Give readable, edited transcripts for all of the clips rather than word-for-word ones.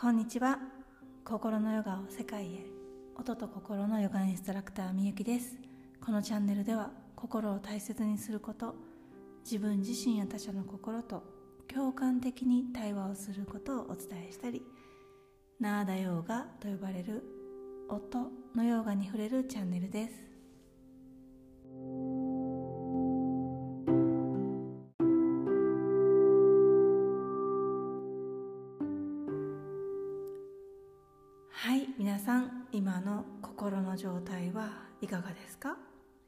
こんにちは。心のヨガを世界へ、音と心のヨガインストラクターみゆきです。このチャンネルでは心を大切にすること、自分自身や他者の心と共感的に対話をすることをお伝えしたり、ナーダヨーガと呼ばれる音のヨガに触れるチャンネルです。はい、皆さん、今の心の状態はいかがですか？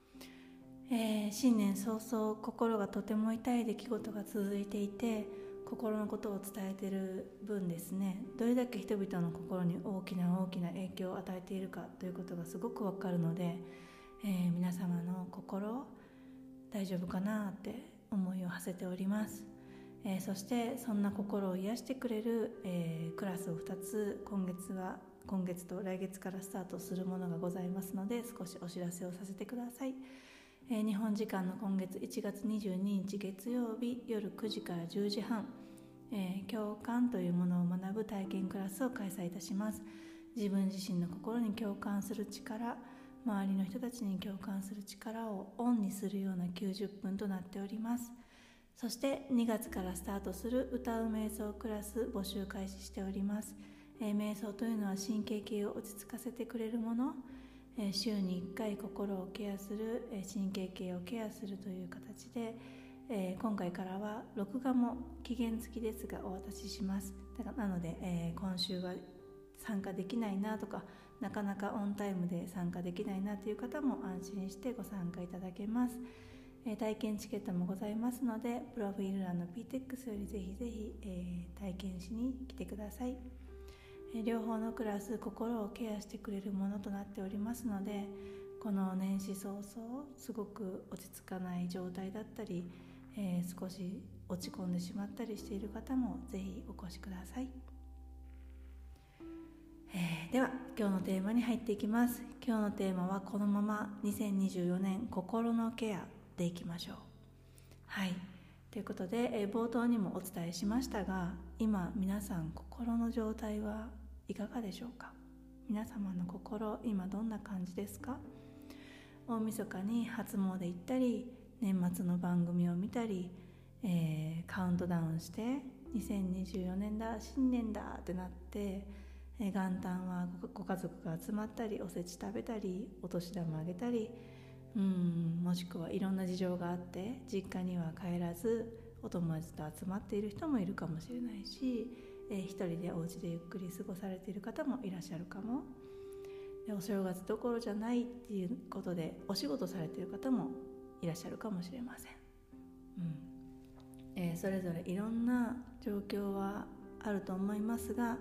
新年早々、心がとても痛い出来事が続いていて、心のことを伝えている分ですね、どれだけ人々の心に大きな影響を与えているかということがすごくわかるので、皆様の心大丈夫かなって思いを馳せております。そしてそんな心を癒してくれる、クラスを2つ今月と来月からスタートするものがございますので、少しお知らせをさせてください。日本時間の今月1月22日月曜日夜9時から10時半、共感というものを学ぶ体験クラスを開催いたします。自分自身の心に共感する力、周りの人たちに共感する力をオンにするような90分となっております。そして2月からスタートする歌う瞑想クラス募集開始しております。瞑想というのは神経系を落ち着かせてくれるもの、週に1回心をケアする、神経系をケアするという形で、今回からは録画も期限付きですがお渡しします。なので、今週は参加できないなとか、なかなかオンタイムで参加できないなという方も安心してご参加いただけます。体験チケットもございますので、プロフィール欄の PTX よりぜひぜひ、体験しに来てください。両方のクラス、心をケアしてくれるものとなっておりますので、この年始早々すごく落ち着かない状態だったり、少し落ち込んでしまったりしている方もぜひお越しください。では今日のテーマに入っていきます。今日のテーマはこのまま2024年心のケアでいきましょう。はい、ということで、冒頭にもお伝えしましたが、今皆さん心の状態はいかがでしょうか？皆様の心、今どんな感じですか？大晦日に初詣行ったり、年末の番組を見たり、カウントダウンして2024年だ、新年だってなって、元旦はご家族が集まったり、おせち食べたり、お年玉あげたり、もしくはいろんな事情があって実家には帰らずお友達と集まっている人もいるかもしれないし、一人でお家でゆっくり過ごされている方もいらっしゃるかも。で、お正月どころじゃないっていうことでお仕事されている方もいらっしゃるかもしれません。それぞれいろんな状況はあると思いますが、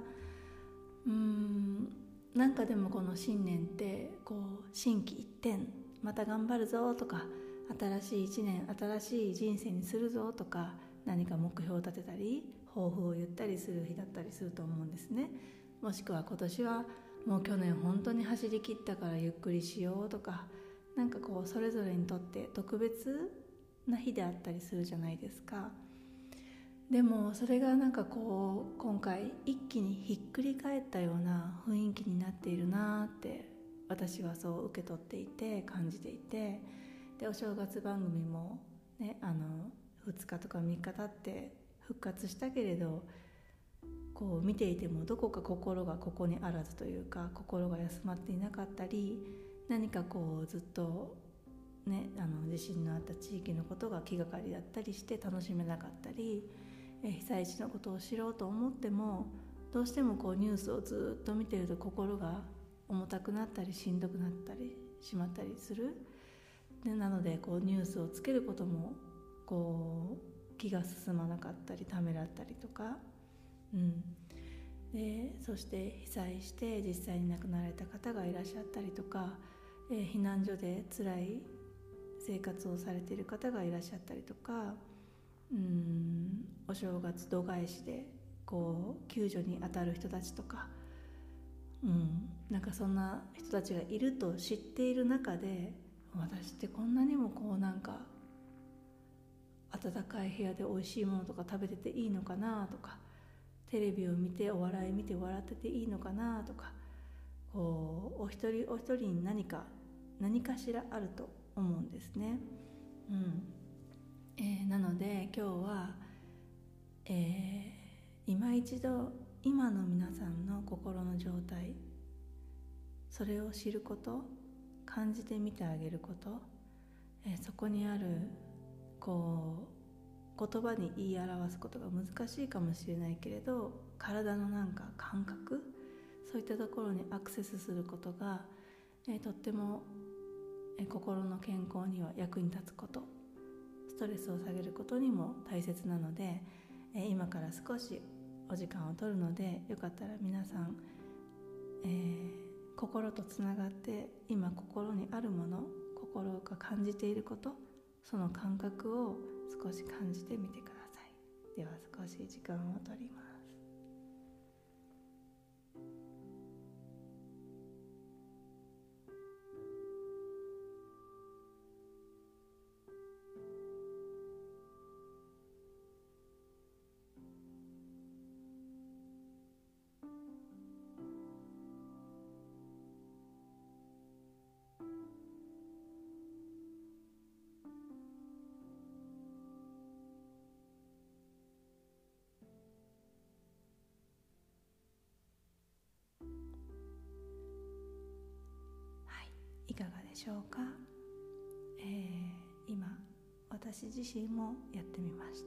なんかでもこの新年って心機一転、また頑張るぞとか、新しい一年、新しい人生にするぞとか、何か目標を立てたり抱負を言ったりする日だったりすると思うんですね。もしくは今年はもう去年本当に走り切ったからゆっくりしようとか、なんかそれぞれにとって特別な日であったりするじゃないですか。でもそれがなんか今回一気にひっくり返ったような雰囲気になっているなって私はそう受け取っていて、感じていて、でお正月番組もね、2日とか3日経って復活したけれど、見ていてもどこか心がここにあらずというか、心が休まっていなかったり、何かずっとね、地震のあった地域のことが気がかりだったりして楽しめなかったり、被災地のことを知ろうと思ってもどうしてもニュースをずっと見ていると心が重たくなったりしんどくなったりしまったりする。でなのでニュースをつけることも気が進まなかったりためらったりとか、でそして被災して実際に亡くなられた方がいらっしゃったりとか、避難所で辛い生活をされている方がいらっしゃったりとか、お正月度外視で救助に当たる人たちとか、なんかそんな人たちがいると知っている中で、私ってこんなにもなんか暖かい部屋で美味しいものとか食べてていいのかなとか、 テレビを見てお笑い見て笑ってていいのかなとか、こうお一人お一人に何かしらあると思うんですね。なので今日は、今一度今の皆さんの心の状態、それを知ること、感じてみてあげること、そこにある言葉に言い表すことが難しいかもしれないけれど、体の感覚、そういったところにアクセスすることが、とっても、心の健康には役に立つこと、ストレスを下げることにも大切なので、今から少しお時間を取るので、よかったら皆さん、心とつながって今心にあるもの、心が感じていること、その感覚を少し感じてみてください。では少し時間を取ります。いかがでしょうか。今私自身もやってみました。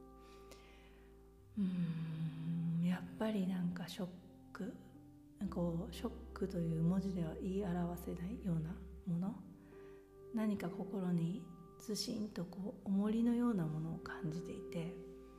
やっぱりショック、ショックという文字では言い表せないようなもの、何か心にずしんと重りのようなものを感じていて、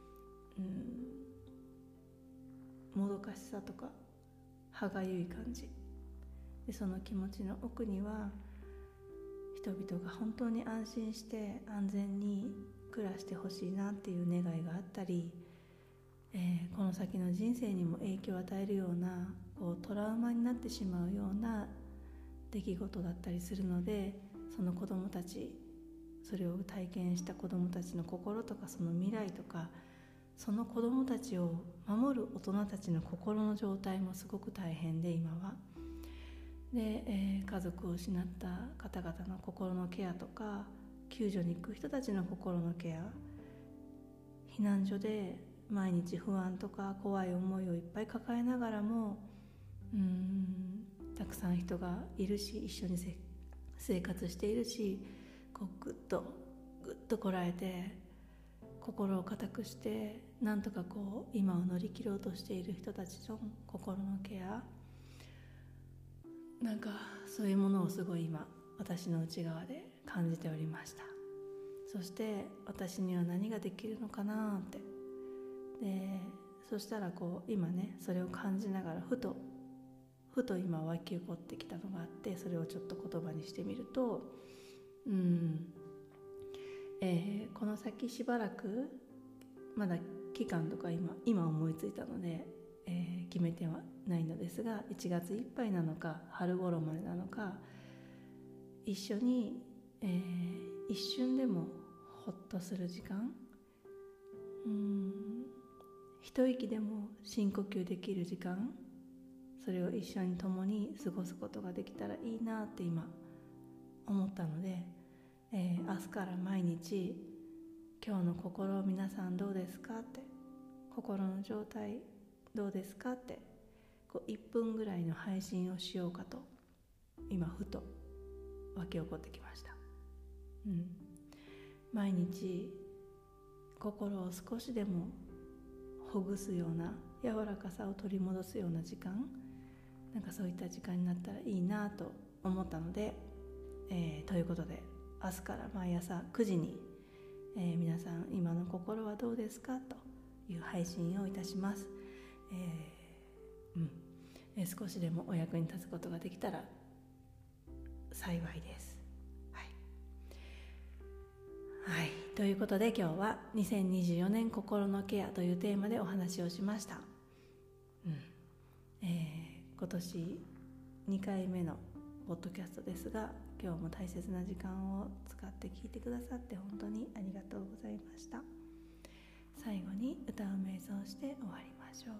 もどかしさとか歯がゆい感じで、その気持ちの奥には人々が本当に安心して安全に暮らしてほしいなっていう願いがあったり、この先の人生にも影響を与えるようなトラウマになってしまうような出来事だったりするので、その子どもたち、それを体験した子どもたちの心とか、その未来とか、その子どもたちを守る大人たちの心の状態もすごく大変で、今はで、家族を失った方々の心のケアとか、救助に行く人たちの心のケア、避難所で毎日不安とか怖い思いをいっぱい抱えながらも、たくさん人がいるし、一緒に生活しているし、ぐっとこらえて心を固くしてなんとか今を乗り切ろうとしている人たちの心のケア、そういうものをすごい今私の内側で感じておりました。そして私には何ができるのかなって、でそしたら今ね、それを感じながらふと今湧き起こってきたのがあって、それをちょっと言葉にしてみると、この先しばらくまだ期間とか今思いついたので、決めてはないのですが、1月いっぱいなのか春頃までなのか、一緒に、一瞬でもほっとする時間、一息でも深呼吸できる時間、それを一緒に共に過ごすことができたらいいなって今思ったので、明日から毎日今日の心、皆さんどうですかって、心の状態どうですかって1分ぐらいの配信をしようかと今ふと湧き起こってきました。毎日心を少しでもほぐすような、柔らかさを取り戻すような時間、そういった時間になったらいいなと思ったので、ということで明日から毎朝9時に、皆さん今の心はどうですかという配信をいたします。少しでもお役に立つことができたら幸いです。はい、ということで今日は2024年心のケアというテーマでお話をしました。今年2回目のポッドキャストですが、今日も大切な時間を使って聞いてくださって本当にありがとうございました。最後に歌う瞑想ををして終わりましょう。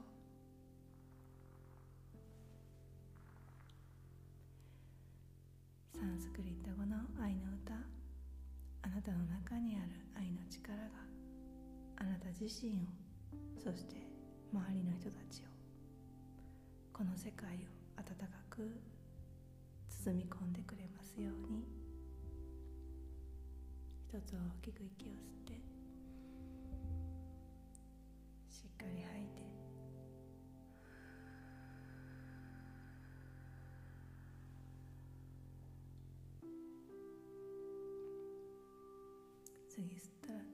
サンスクリット語の愛の歌、あなたの中にある愛の力があなた自身を、そして周りの人たちを、この世界を温かく包み込んでくれますように。一つ大きく息を吸ってしっかり吐いて、次吸ったら